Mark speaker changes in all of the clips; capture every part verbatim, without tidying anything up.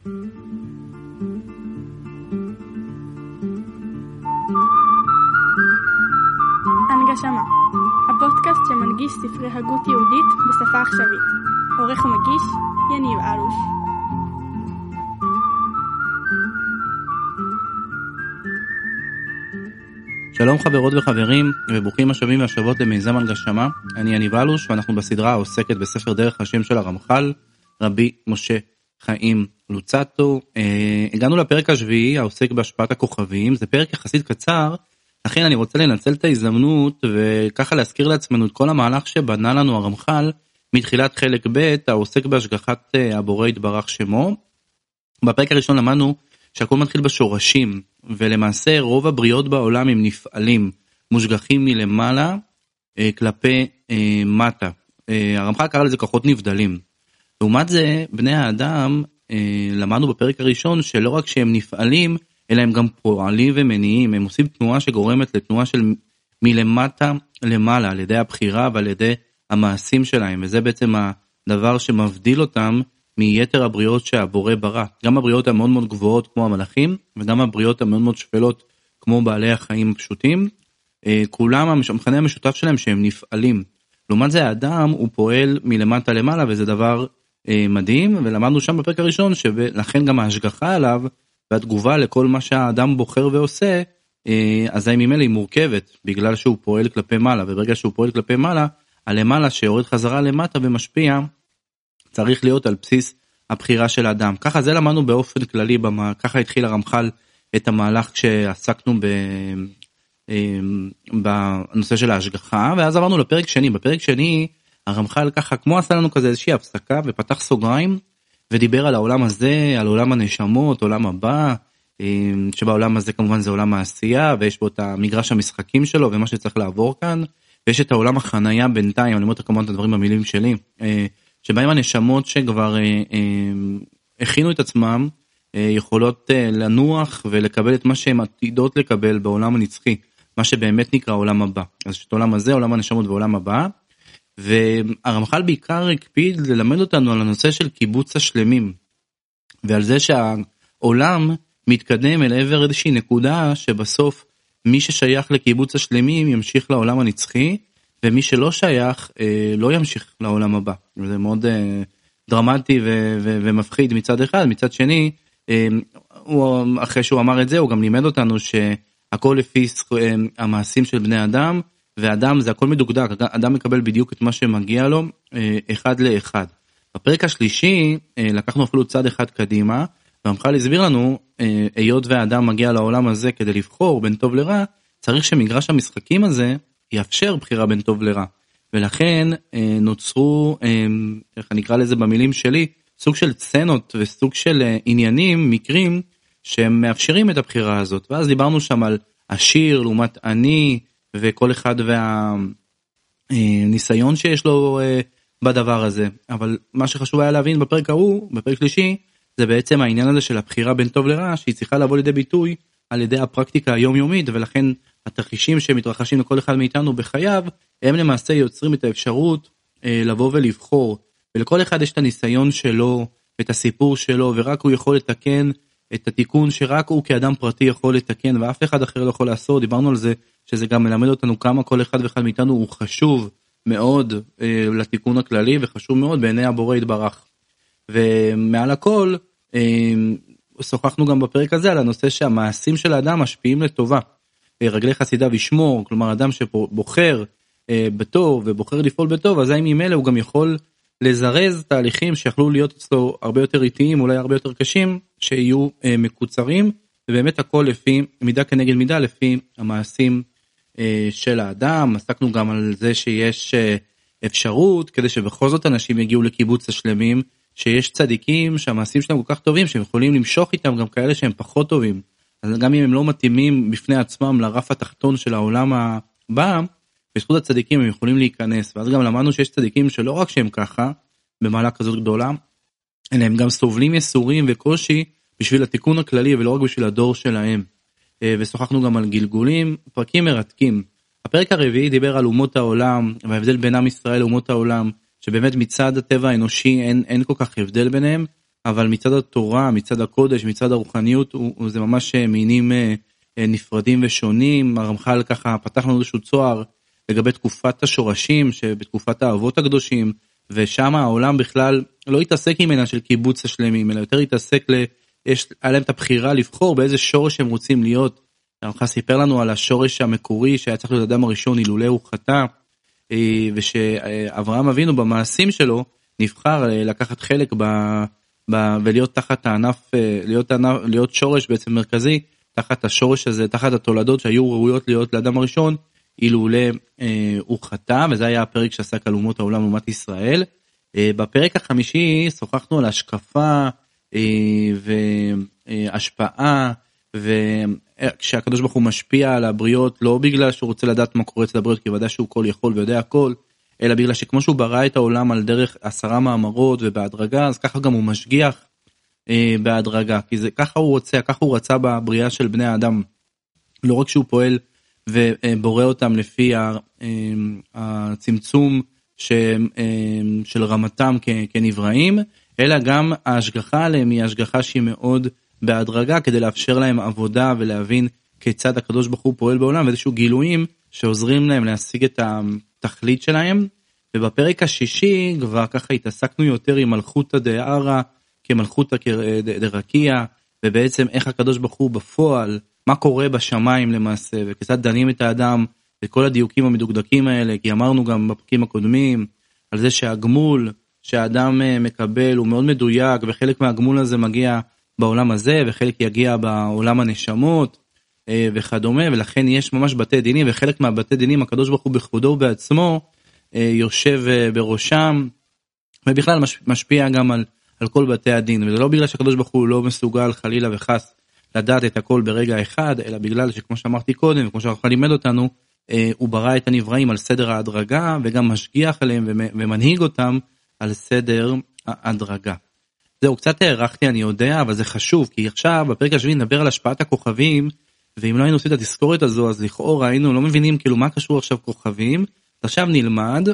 Speaker 1: הנגשמה, הפודקאסט שמנגיש ספרי הגות יהודית בשפה עכשווית. עורך ומגיש, יניב אלוש.
Speaker 2: שלום חברות וחברים, וברוכים השבים והשבות למיזם הנגשמה. אני יניב אלוש, ואנחנו בסדרה העוסקת בספר דרך השם של הרמח"ל, רבי משה חיים לוצטו. אה, הגענו לפרק השביעי, העוסק בהשפעת הכוכבים. זה פרק יחסית קצר, לכן אני רוצה לנצל את ההזדמנות וככה להזכיר לעצמנו את כל המהלך שבנה לנו הרמח"ל מתחילת חלק ב' העוסק בהשגחת הבורא יתברך שמו. בפרק הראשון למדנו שהכל מתחיל בשורשים, ולמעשה רוב הבריאות בעולם הם נפעלים, מושגחים מלמעלה כלפי מטה. הרמח"ל קרא לזה כוחות נבדלים. לעומת זה, בני האדם, למדנו בפרק הראשון שלא רק שהם נפעלים, אלא הם גם פועלים ומניעים, הם עושים תנועה שגורמת לתנועה של מלמטה למעלה, על ידי הבחירה ועל ידי המעשים שלהם, וזה בעצם הדבר שמבדיל אותם מיתר הבריאות שהבורא ברא. גם הבריאות המאוד מאוד גבוהות כמו המלאכים, וגם הבריאות המאוד מאוד שפלות כמו בעלי החיים הפשוטים, כולם המכנה המשותף שלהם שהם נפעלים. לעומת זה האדם הוא פועל מלמטה למעלה, וזה דבר מדהים, ולמדנו שם בפרק הראשון, ולכן גם ההשגחה עליו, והתגובה לכל מה שהאדם בוחר ועושה, אז ממילא היא מורכבת, בגלל שהוא פועל כלפי מעלה, וברגע שהוא פועל כלפי מעלה, הלמעלה שיורד חזרה למטה ומשפיע, צריך להיות על בסיס הבחירה של האדם. ככה זה למדנו באופן כללי, ככה התחיל הרמח"ל את המהלך כשעסקנו ב, בנושא של ההשגחה, ואז עברנו לפרק שני. בפרק שני, הרמח"ל ככה כמו עשה לנו כזה איזושהי הפסקה, ופתח סוגריים, ודיבר על העולם הזה, על עולם הנשמות, עולם הבא, שבעולם הזה כמובן זה עולם העשייה, ויש בו את המגרש המשחקים שלו, ומה שצריך לעבור כאן, ויש את העולם החנייה בינתיים, אני אומר את כמובן את הדברים במילים שלי, שבהם הנשמות שכבר הכינו את עצמם, יכולות לנוח ולקבל את מה שהן עתידות לקבל בעולם הנצחי, מה שבאמת נקרא עולם הבא. אז את העולם הזה, עולם הנשמות ועולם הבא, והרמח"ל בעיקר הקפיד ללמד אותנו על הנושא של קיבוץ השלמים, ועל זה שהעולם מתקדם אל עבר איזושהי נקודה שבסוף מי ששייך לקיבוץ השלמים ימשיך לעולם הנצחי, ומי שלא שייך לא ימשיך לעולם הבא. זה מאוד דרמטי ו- ו- ומפחיד מצד אחד. מצד שני, הוא, אחרי שהוא אמר את זה, הוא גם לימד אותנו שהכל לפי המעשים של בני אדם, ואדם זה הכל מדוקדק, אדם מקבל בדיוק את מה שמגיע לו, אחד לאחד. בפרק השלישי, לקחנו אפילו צד אחד קדימה, והרמח"ל הסביר לנו, היות והאדם מגיע לעולם הזה כדי לבחור בין טוב לרע, צריך שמגרש המשחקים הזה יאפשר בחירה בין טוב לרע. ולכן נוצרו, איך אני אקרא לזה במילים שלי, סוג של סצנות וסוג של עניינים, מקרים, שהם מאפשרים את הבחירה הזאת. ואז דיברנו שם על עשיר לעומת עני, וכל אחד והניסיון שיש לו בדבר הזה. אבל מה שחשוב היה להבין בפרק ההוא, בפרק שלישי, זה בעצם העניין הזה של הבחירה בין טוב לרע, שהיא צריכה לבוא לידי ביטוי על ידי הפרקטיקה היומיומית, ולכן התרחישים שמתרחשים לכל אחד מאיתנו בחייו, הם למעשה יוצרים את האפשרות לבוא ולבחור, ולכל אחד יש את הניסיון שלו, את הסיפור שלו, ורק הוא יכול לתקן את התיקון שרק הוא כאדם פרטי יכול לתקן, ואף אחד אחר לא יכול לעשות. דיברנו על זה, שזה גם מלמד אותנו כמה כל אחד ואחד מאיתנו הוא חשוב מאוד אה, לתיקון הכללי, וחשוב מאוד בעיני הבורא יתברך. ומעל הכל, אה, שוחחנו גם בפרק הזה על הנושא שהמעשים של האדם משפיעים לטובה. אה, רגלי חסידיו ישמור, כלומר אדם שבוחר אה, בטוב ובוחר לפעול בטוב, אז האם ממילא הוא גם יכול לזרז תהליכים שיכלו להיות אצלו הרבה יותר איטיים, אולי הרבה יותר קשים, שיהיו אה, מקוצרים, ובאמת הכל לפי מידה כנגד מידה, לפי המעשים אה, של האדם. עסקנו גם על זה שיש אה, אפשרות, כדי שבכל זאת אנשים יגיעו לקיבוץ השלמים, שיש צדיקים שהמעשים שלהם כל כך טובים, שהם יכולים למשוך איתם גם כאלה שהם פחות טובים. אז גם אם הם לא מתאימים בפני עצמם לרף התחתון של העולם הבא, בזכות הצדיקים הם יכולים להיכנס. ואז גם למדנו שיש צדיקים שלא רק שהם ככה, במעלה כזאת גדולה, אלא הם גם סובלים יסורים וקושי בשביל התיקון הכללי, ולא רק בשביל הדור שלהם. ושוחחנו גם על גלגולים, פרקים מרתקים. הפרק הרביעי דיבר על אומות העולם, וההבדל בין עם ישראל לאומות העולם, שבאמת מצד הטבע האנושי אין, אין כל כך הבדל ביניהם, אבל מצד התורה, מצד הקודש, מצד הרוחניות, הוא, הוא זה ממש מינים נפרדים ושונים. הרמח"ל ככה פתח לנו איזשהו צוהר לגבי תקופת השורשים, שבתקופת האבות הקדושים, ושם העולם בכלל לא התעסק עם עניין של קיבוץ השלמים, אלא יותר התעסק, ל... יש עליהם את הבחירה לבחור באיזה שורש הם רוצים להיות. הרמח"ל סיפר לנו על השורש המקורי, שהיה צריך להיות אדם הראשון אילולא הוא חטא, ושאברהם אבינו במעשים שלו, נבחר לקחת חלק ב... ב... ולהיות תחת הענף, להיות, הענף, להיות שורש בעצם מרכזי, תחת השורש הזה, תחת התולדות שהיו ראויות להיות לאדם הראשון, אילולא אה, הוא חטא, וזה היה הפרק שעסק על אומות העולם לעומת ישראל. אה, בפרק החמישי שוחחנו על השקפה אה, והשפעה, וכשהקדוש ברוך הוא משפיע על הבריות, לא בגלל שהוא רוצה לדעת מה קורה אצל הבריות, כי ודאי שהוא כל יכול ויודע הכל, אלא בגלל שכמו שהוא ברא את העולם על דרך עשרה מאמרות ובהדרגה, אז ככה גם הוא משגיח אה, בהדרגה, כי זה, ככה הוא רוצה, ככה הוא רצה בבריאה של בני האדם, לא רק שהוא פועל ובורא אותם לפי הצמצום של רמתם כנבראים, אלא גם ההשגחה עליהם היא השגחה שהיא מאוד בהדרגה, כדי לאפשר להם עבודה ולהבין כיצד הקדוש ברוך הוא פועל בעולם, ואיזשהו גילויים שעוזרים להם להשיג את התכלית שלהם. ובפרק השישי כבר ככה התעסקנו יותר עם מלכותא דערא כמלכותא דרקיע, ובעצם איך הקדוש ברוך הוא בפועל, מה קורה בשמיים למעשה, וכיצד דנים את האדם, וכל הדיוקים המדוקדקים האלה, כי אמרנו גם בפרקים הקודמים, על זה שהגמול שהאדם מקבל הוא מאוד מדויק, וחלק מהגמול הזה מגיע בעולם הזה, וחלק יגיע בעולם הנשמות, וכדומה, ולכן יש ממש בתי דינים, וחלק מהבתי דינים הקדוש ברוך הוא בכבודו בעצמו, יושב בראשם, ובכלל משפיע גם על, על כל בתי הדין, וזה לא בגלל שהקדוש ברוך הוא לא מסוגל חלילה וחס, לדעת את הכל ברגע אחד, אלא בגלל שכמו שאמרתי קודם, וכמו שהרמח"ל לימד אותנו, הוא ברא את הנבראים על סדר ההדרגה, וגם משגיח עליהם ומנהיג אותם על סדר ההדרגה. זהו, קצת הערכתי, אני יודע, אבל זה חשוב, כי עכשיו בפרק השביעי נדבר על השפעת הכוכבים, ואם לא היינו עושים את התזכורת הזו, אז לכאורה היינו לא מבינים כאילו מה קשור עכשיו כוכבים, עכשיו נלמד,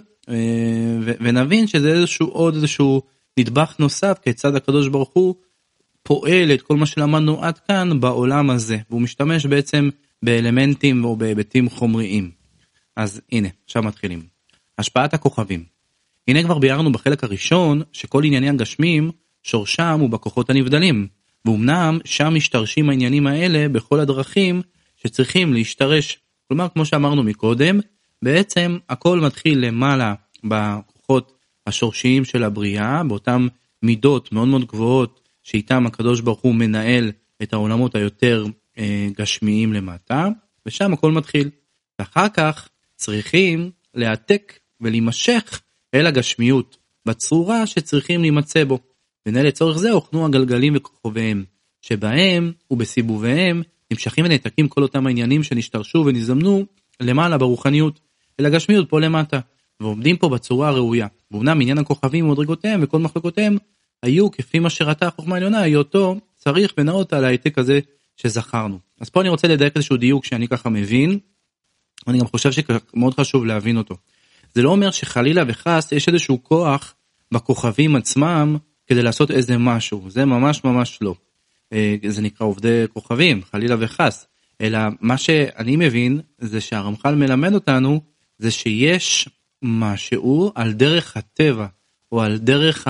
Speaker 2: ונבין שזה איזשהו עוד איזשהו נדבך נוסף, כיצד הקדוש ברוך הוא פועל את כל מה שלמדנו עד כאן בעולם הזה, והוא משתמש בעצם באלמנטים או בהיבטים חומריים. אז הנה, עכשיו מתחילים. השפעת הכוכבים. הנה כבר ביארנו בחלק הראשון, שכל ענייני הגשמים, שורשם הוא בכוחות הנבדלים, ואומנם שם משתרשים העניינים האלה בכל הדרכים שצריכים להשתרש. כלומר, כמו שאמרנו מקודם, בעצם הכל מתחיל למעלה בכוחות השורשיים של הבריאה, באותם מידות מאוד מאוד גבוהות, שאיתם הקדוש ברוך הוא מנהל את העולמות היותר אה, גשמיים למטה, ושם הכל מתחיל. ואחר כך צריכים להעתק ולהימשך אל הגשמיות, בצורה שצריכים להימצא בו. ונהל לצורך זה הוכנו הגלגלים וכוכביהם, שבהם ובסיבוביהם נמשכים ונעתקים כל אותם העניינים שנשתרשו ונזמנו למעלה ברוחניות, אל הגשמיות פה למטה, ועומדים פה בצורה הראויה. ואומנם עניין הכוכבים ומדרגותיהם וכל מחלקותיהם, היו כפי מה שראתה החוכמה העליונה, היותו צריך ונאות על העתק הזה שזכרנו. אז פה אני רוצה לדייק איזשהו דיוק שאני ככה מבין, אני גם חושב שמאוד חשוב להבין אותו. זה לא אומר שחלילה וחס יש איזשהו כוח בכוכבים עצמם כדי לעשות איזה משהו, זה ממש ממש לא. זה נקרא עובדי כוכבים, חלילה וחס, אלא מה שאני מבין זה שהרמח"ל מלמד אותנו, זה שיש משהו על דרך הטבע, או על דרך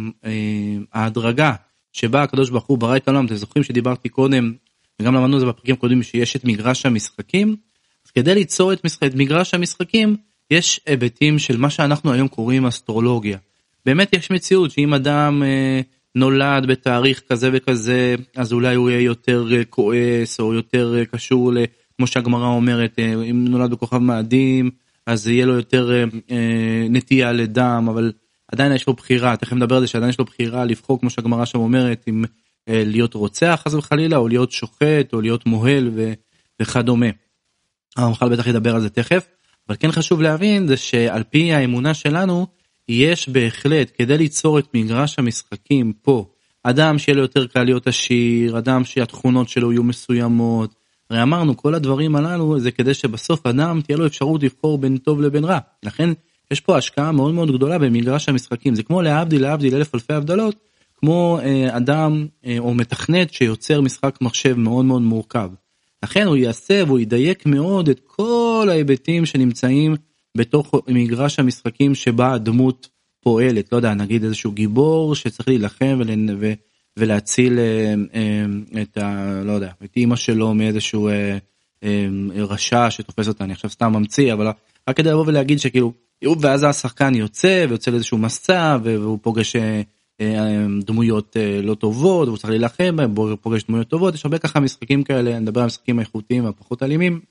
Speaker 2: ההדרגה, שבה הקדוש ברוך הוא ברא את העולם. אתם זוכרים שדיברתי קודם, וגם למדנו את זה בפרקים קודמים, שיש את מגרש המשחקים, אז כדי ליצור את, משחק, את מגרש המשחקים, יש היבטים של מה שאנחנו היום קוראים אסטרולוגיה. באמת יש מציאות שאם אדם אה, נולד בתאריך כזה וכזה, אז אולי הוא יהיה יותר אה, כועס, או יותר אה, קשור, ל, כמו שהגמרא אומרת, אה, אם נולד בכוכב מאדים, אז יהיה לו יותר אה, אה, נטייה לדם, אבל עדיין יש לו בחירה, תכף נדבר על זה שעדיין יש לו בחירה לבחור, כמו שהגמרא שם אומרת, אם אה, להיות רוצח חס וחלילה, או להיות שוחט, או להיות מוהל ו, וכדומה. הרמח"ל בטח ידבר על זה תכף, אבל כן חשוב להבין זה שעל פי האמונה שלנו, יש בהחלט, כדי ליצור את מגרש המשחקים פה, אדם שיהיה לו יותר קל להיות עשיר, אדם שהתכונות שלו יהיו מסוימות, הרי אמרנו, כל הדברים הללו זה כדי שבסוף אדם תהיה לו אפשרות לבחור בין טוב לבין רע. לכן יש פה השקעה מאוד מאוד גדולה במגרש המשחקים, זה כמו להבדיל, להבדיל אלף אלפי הבדלות, כמו אדם או מתכנת שיוצר משחק מחשב מאוד מאוד מורכב. לכן הוא יעשה והוא ידייק מאוד את כל ההיבטים שנמצאים בתוך מגרש המשחקים שבה הדמות פועלת. לא יודע, נגיד איזשהו גיבור שצריך להילחם ול... ולהציל את ה... לא יודע, את אמא שלו מאיזשהו רשע שתופס אותה, אני עכשיו סתם ממציא, אבל רק כדי לבוא ולהגיד שכאילו, ואז השחקן יוצא ויוצא לאיזשהו מסע, והוא פוגש דמויות לא טובות, והוא צריך להילחם בהם, הוא פוגש דמויות טובות, יש הרבה ככה משחקים כאלה, נדבר על משחקים איכותיים והפחות אלימים,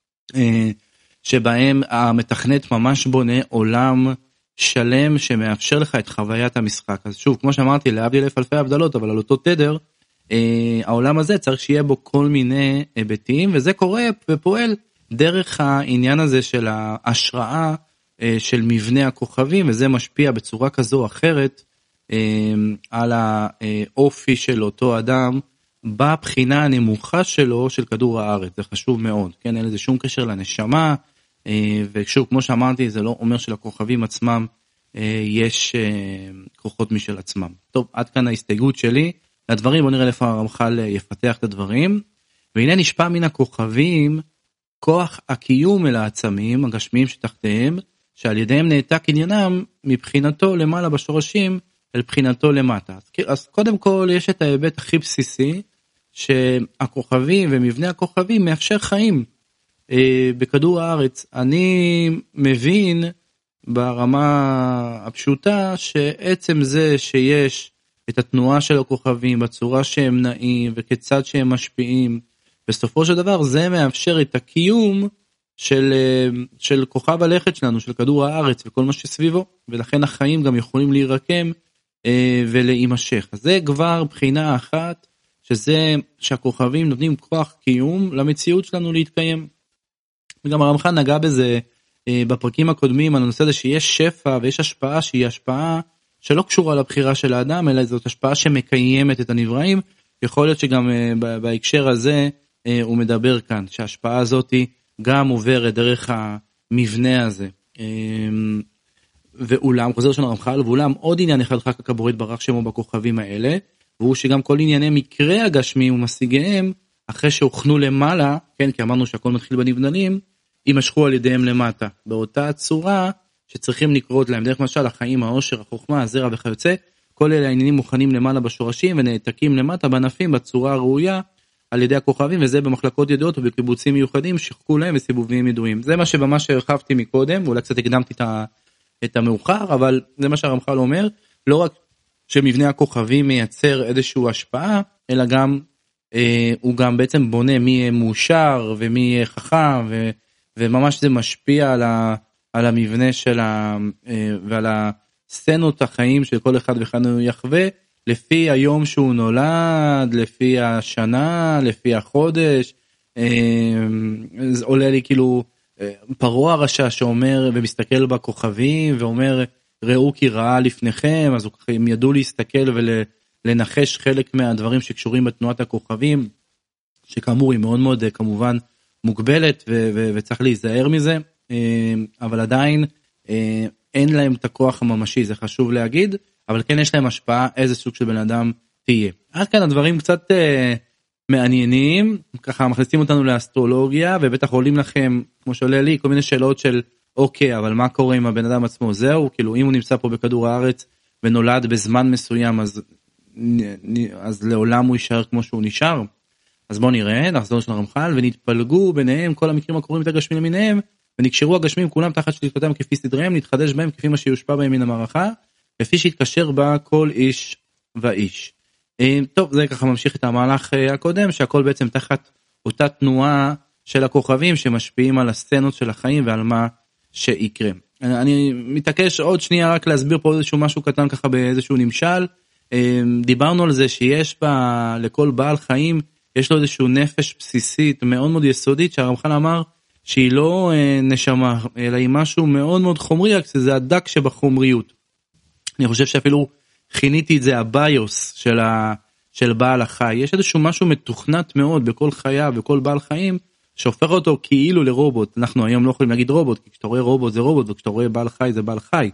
Speaker 2: שבהם המתכנת ממש בונה עולם שלם שמאפשר לך את חוויית המשחק. אז שוב, כמו שאמרתי, להבדיל אלף אלפי הבדלות, אבל על אותו תדר, העולם הזה צריך שיהיה בו כל מיני היבטים, וזה קורה ופועל דרך העניין הזה של ההשראה של מבנה הכוכבים, וזה משפיע בצורה כזו או אחרת על האופי של אותו אדם, בבחינה הנמוכה שלו של כדור הארץ. זה חשוב מאוד, כן? אין לזה שום קשר לנשמה, ושוב, כמו שאמרתי, זה לא אומר שלכוכבים עצמם יש כוחות משל עצמם. טוב, עד כאן ההסתייגות שלי. לדברים, בוא נראה איפה הרמח"ל יפתח את הדברים. והנה נשפע מן הכוכבים כוח הקיום אל העצמים הגשמיים שתחתיהם, שעל ידיהם נעתק עניינם מבחינתו למעלה בשורשים אל בחינתו למטה. אז קודם כל יש את ההיבט הכי בסיסי, שהכוכבים ומבנה הכוכבים מאפשר חיים בכדור הארץ. אני מבין ברמה הפשוטה שעצם זה שיש את התנועה של הכוכבים בצורה שהם נעים וכיצד שהם משפיעים, בסופו של דבר זה מאפשר את הקיום של, של כוכב הלכת שלנו, של כדור הארץ וכל מה שסביבו, ולכן החיים גם יכולים להירקם ולהימשך. אז זה כבר בחינה אחת, שזה שהכוכבים נותנים כוח קיום למציאות שלנו להתקיים. וגם הרמח"ל נגע בזה בפרקים הקודמים, על הנושא הזה שיש שפע ויש השפעה שהיא השפעה שלא קשורה לבחירה של האדם, אלא זאת השפעה שמקיימת את הנבראים. יכול להיות שגם בהקשר הזה הוא מדבר כאן, שההשפעה הזאת גם עוברת דרך המבנה הזה. ואולם, חוזר של הרמח"ל, ואולם עוד עניין אחד חק הכבורית ברח שמו בכוכבים האלה, והוא שגם כל ענייני מקרה הגשמים ומשיגיהם, אחרי שהוכנו למעלה, כן, כי אמרנו שהכל מתחיל בנבדלים, יימשכו על ידיהם למטה, באותה צורה שצריכים לקרות להם, דרך משל החיים, העושר, החוכמה, הזרע וכיוצא, כל אלה העניינים מוכנים למעלה בשורשים ונעתקים למטה בענפים בצורה הראויה על ידי הכוכבים, וזה במחלקות ידועות ובקיבוצים מיוחדים שחקו להם וסיבובים ידועים. זה מה שממש הרחבתי מקודם, ואולי קצת הקדמתי את המאוחר, אבל זה מה שהרמח"ל אומר, לא רק שמבנה הכוכבים מייצר איזושהי השפעה, אלא גם, אה, הוא גם בעצם בונה מי יהיה מאושר ומי יהיה חכם, ו, וממש זה משפיע על, ה, על המבנה של ה, אה, ועל הסצנות החיים של כל אחד ואחד יחווה, לפי היום שהוא נולד, לפי השנה, לפי החודש. אה, זה עולה לי כאילו אה, פרעה הרשע שאומר ומסתכל בכוכבים ואומר, ראו כי ראה לפניכם, אז הם ידעו להסתכל ולנחש חלק מהדברים שקשורים בתנועת הכוכבים, שכאמור היא מאוד מאוד כמובן מוגבלת ו- ו- וצריך להיזהר מזה, אבל עדיין אין להם את הכוח הממשי, זה חשוב להגיד, אבל כן יש להם השפעה איזה סוג של בן אדם תהיה. עד כאן הדברים קצת מעניינים, ככה מכניסים אותנו לאסטרולוגיה, ובטח עולים לכם, כמו שעולה לי, כל מיני שאלות של אוקיי, אבל מה קורה עם הבן אדם עצמו? זהו, כאילו אם הוא נמצא פה בכדור הארץ ונולד בזמן מסוים, אז, אז לעולם הוא יישאר כמו שהוא נשאר. אז בואו נראה, נחזור של הרמח"ל, ונתפלגו ביניהם כל המקרים הקרובים את הגשמים למיניהם, ונקשרו הגשמים כולם תחת שליטתם כפי סדריהם, נתחדש בהם כפי מה שיושפע בהם מן המערכה, לפי שהתקשר בה כל איש ואיש. טוב, זה ככה ממשיך את המהלך הקודם, שהכל בעצם תחת אותה תנועה של הכוכבים שמשפיעים על הסצנות של החיים ועל מה שיקרה. אני מתעקש עוד שנייה רק להסביר פה איזשהו משהו קטן ככה באיזשהו נמשל. דיברנו על זה שיש בה, לכל בעל חיים, יש לו איזשהו נפש בסיסית מאוד מאוד יסודית, שהרמח"ל אמר שהיא לא נשמה, אלא היא משהו מאוד מאוד חומרי, רק שזה הדק שבחומריות. אני חושב שאפילו חיניתי את זה הביוס של, ה, של בעל החי. יש איזשהו משהו מתוכנת מאוד בכל חיה וכל בעל חיים, שהופך אותו כאילו לרובוט. אנחנו היום לא יכולים להגיד רובוט, כי כשאתה רואה רובוט זה רובוט, וכשאתה רואה בעל חי זה בעל חי.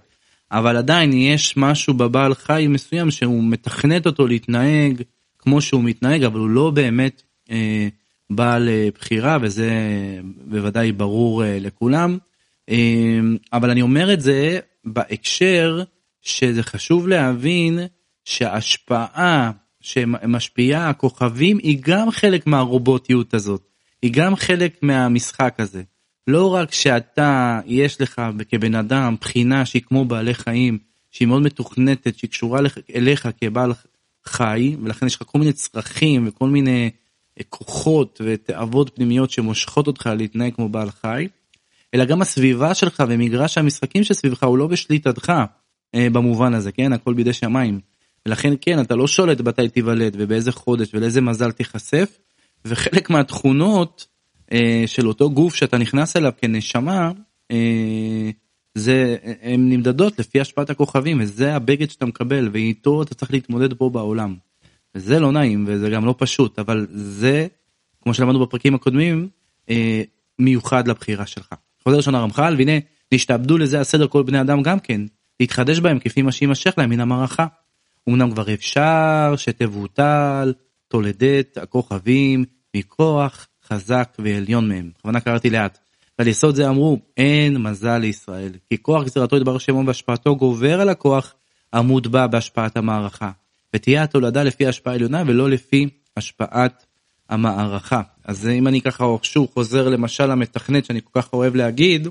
Speaker 2: אבל עדיין יש משהו בבעל חי מסוים שהוא מתכנת אותו להתנהג כמו שהוא מתנהג, אבל הוא לא באמת אה, בעל אה, בחירה, וזה בוודאי ברור אה, לכולם. אה, אבל אני אומר את זה בהקשר שזה חשוב להבין שההשפעה שמשפיעה הכוכבים היא גם חלק מהרובוטיות הזאת, היא גם חלק מהמשחק הזה. לא רק שאתה, יש לך כבן אדם בחינה שהיא כמו בעלי חיים, שהיא מאוד מתוכנתת, שהיא קשורה אליך כבעל חי, ולכן יש לך כל מיני צרכים וכל מיני כוחות ותאוות פנימיות שמושכות אותך להתנהג כמו בעל חי, אלא גם הסביבה שלך ומגרש המשחקים שסביבך הוא לא בשליטתך אה, במובן הזה, כן? הכל בידי שמיים. ולכן כן, אתה לא שולט מתי תיוולד ובאיזה חודש ולאיזה מזל תיחשף, וחלק מהתכונות אה, של אותו גוף שאתה נכנס אליו כנשמה, אה, זה, הן נמדדות לפי השפעת הכוכבים, וזה הבגד שאתה מקבל, ואיתו אתה צריך להתמודד פה בעולם. וזה לא נעים, וזה גם לא פשוט, אבל זה, כמו שלמדנו בפרקים הקודמים, אה, מיוחד לבחירה שלך. חוזר ראשון הרמח"ל, והנה, נשתעבדו לזה הסדר כל בני אדם גם כן, להתחדש בהם כפי מה שימשך להם מן המערכה. אמנם כבר אפשר שתבוטל, תולדת הכוכבים, מכוח חזק ועליון מהם. בכוונה קראתי לאט. ועל יסוד זה אמרו, אין מזל לישראל, כי כוח גזירתו יתברך שמו בהשפעתו גובר על הכוח המוטבע בהשפעת המערכה. ותהיה התולדה לפי השפעה עליונה ולא לפי השפעת המערכה. אז אם אני ככה שוב חוזר למשל המתכנת שאני כל כך אוהב להגיד,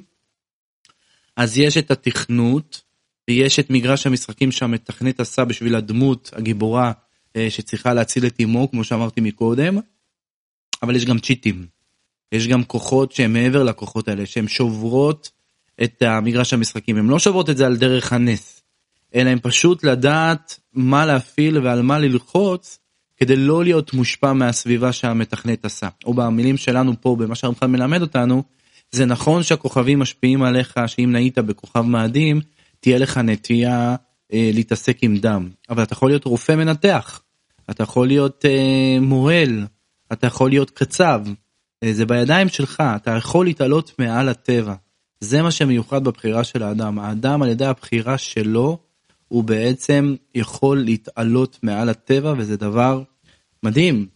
Speaker 2: אז יש את התכנות, ויש את מגרש המשחקים שהמתכנת עשה בשביל הדמות הגיבורה שצריכה להציל את אמו, כמו שאמרתי מקודם, אבל יש גם צ'יטים. יש גם כוחות שהן מעבר לכוחות האלה, שהן שוברות את המגרש המשחקים. הן לא שוברות את זה על דרך הנס, אלא הן פשוט לדעת מה להפעיל ועל מה ללחוץ, כדי לא להיות מושפע מהסביבה שהמתכנת עשה. או במילים שלנו פה, במה שהרמח"ל מלמד אותנו, זה נכון שהכוכבים משפיעים עליך, שאם נהיית בכוכב מאדים, תהיה לך נטייה אה, להתעסק עם דם. אבל אתה יכול להיות רופא מנתח, אתה יכול להיות אה, מוהל, אתה יכול להיות קצב, אה, זה בידיים שלך, אתה יכול להתעלות מעל הטבע. זה מה שמיוחד בבחירה של האדם. האדם על ידי הבחירה שלו, הוא בעצם יכול להתעלות מעל הטבע, וזה דבר מדהים.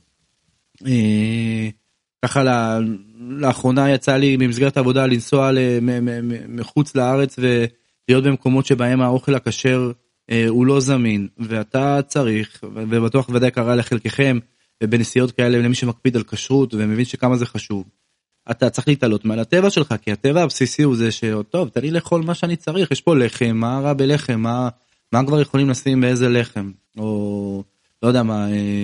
Speaker 2: אה, ככה לה, לאחרונה יצא לי במסגרת העבודה לנסוע מחוץ לארץ ולהיות במקומות שבהם האוכל הכשר אה, הוא לא זמין, ואתה צריך, ובטוח ודאי קרה לחלקכם, בנסיעות כאלה למי שמקפיד על כשרות ומבין שכמה זה חשוב. אתה צריך להתעלות מעל הטבע שלך, כי הטבע הבסיסי הוא זה שטוב, תן לי לאכול מה שאני צריך, יש פה לחם, מה רע בלחם, מה, מה כבר יכולים לשים באיזה לחם, או לא יודע מה,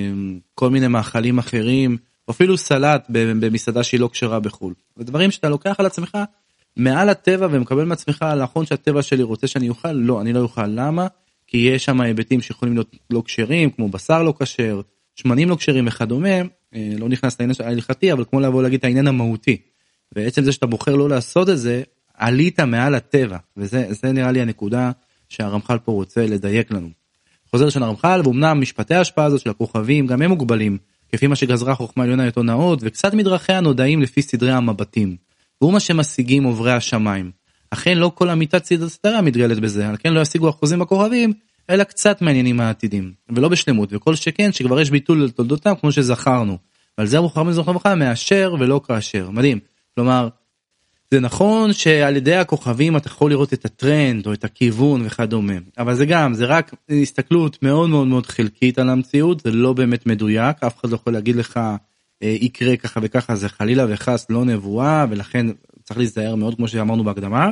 Speaker 2: כל מיני מאכלים אחרים, או אפילו סלט במסעדה שהיא לא כשרה בחול. ודברים שאתה לוקח על עצמך מעל הטבע ומקבל מעצמך, נכון שהטבע שלי רוצה שאני אוכל, לא, אני לא אוכל, למה? כי יש שם היבטים שיכולים להיות לא כשרים, כמו בשר לא כשר, שמנים לא כשרים וכדומה, לא נכנס לעניין ההלכתי, אבל כמו לבוא להגיד את העניין המהותי. בעצם זה שאתה בוחר לא לעשות את זה, עלית מעל הטבע, וזה זה נראה לי הנקודה שהרמח"ל פה רוצה לדייק לנו. חוזר של הרמח"ל, ואומנם משפטי ההשפעה הזאת של הכוכבים, גם הם מוגבלים, כפי מה שגזרה חוכמה עליונה יותר נאות, וקצת מדרכי הנודעים לפי סדרי המבטים, והוא מה שמשיגים עוברי השמיים. אכן לא כל אמיתת סדרה מתגלת בזה, על כן לא ישיגו אחוזים בכוכבים, אלא קצת מעניינים העתידים, ולא בשלמות, וכל שכן שכבר יש ביטול לתולדותם כמו שזכרנו, ועל זה המוכר מזוכר בכלל מאשר ולא כאשר, מדהים, כלומר, זה נכון שעל ידי הכוכבים אתה יכול לראות את הטרנד או את הכיוון וכדומה, אבל זה גם, זה רק הסתכלות מאוד מאוד מאוד חלקית על המציאות, זה לא באמת מדויק, אף אחד לא יכול להגיד לך אה, יקרה ככה וככה, זה חלילה וחס לא נבואה, ולכן צריך להיזהר מאוד כמו שאמרנו בהקדמה.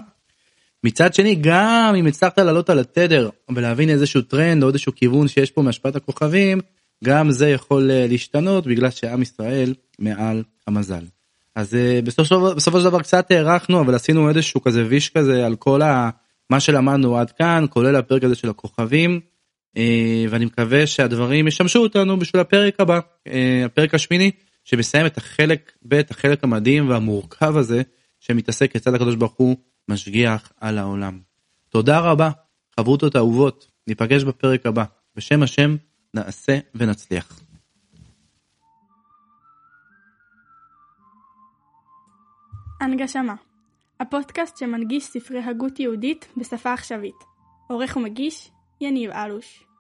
Speaker 2: מצד שני, גם אם הצלחת לעלות על התדר ולהבין איזשהו טרנד או איזשהו כיוון שיש פה מהשפעת הכוכבים, גם זה יכול להשתנות בגלל שעם ישראל מעל המזל. אז בסופו, בסופו של דבר קצת הערכנו, אבל עשינו איזשהו כזה ויש כזה על כל ה, מה שלמדנו עד כאן, כולל הפרק הזה של הכוכבים, ואני מקווה שהדברים ישמשו אותנו בשביל הפרק הבא, הפרק השמיני, שמסיים את החלק ב', החלק המדהים והמורכב הזה, שמתעסק כיצד הקדוש ברוך הוא משגיח על העולם. תודה רבה, חברותות אהובות, ניפגש בפרק הבא. בשם השם נעשה ונצליח.
Speaker 1: הנגשמה, הפודקאסט שמנגיש ספרי הגות יהודית בשפה עכשווית. עורך ומגיש, יניב אלוש.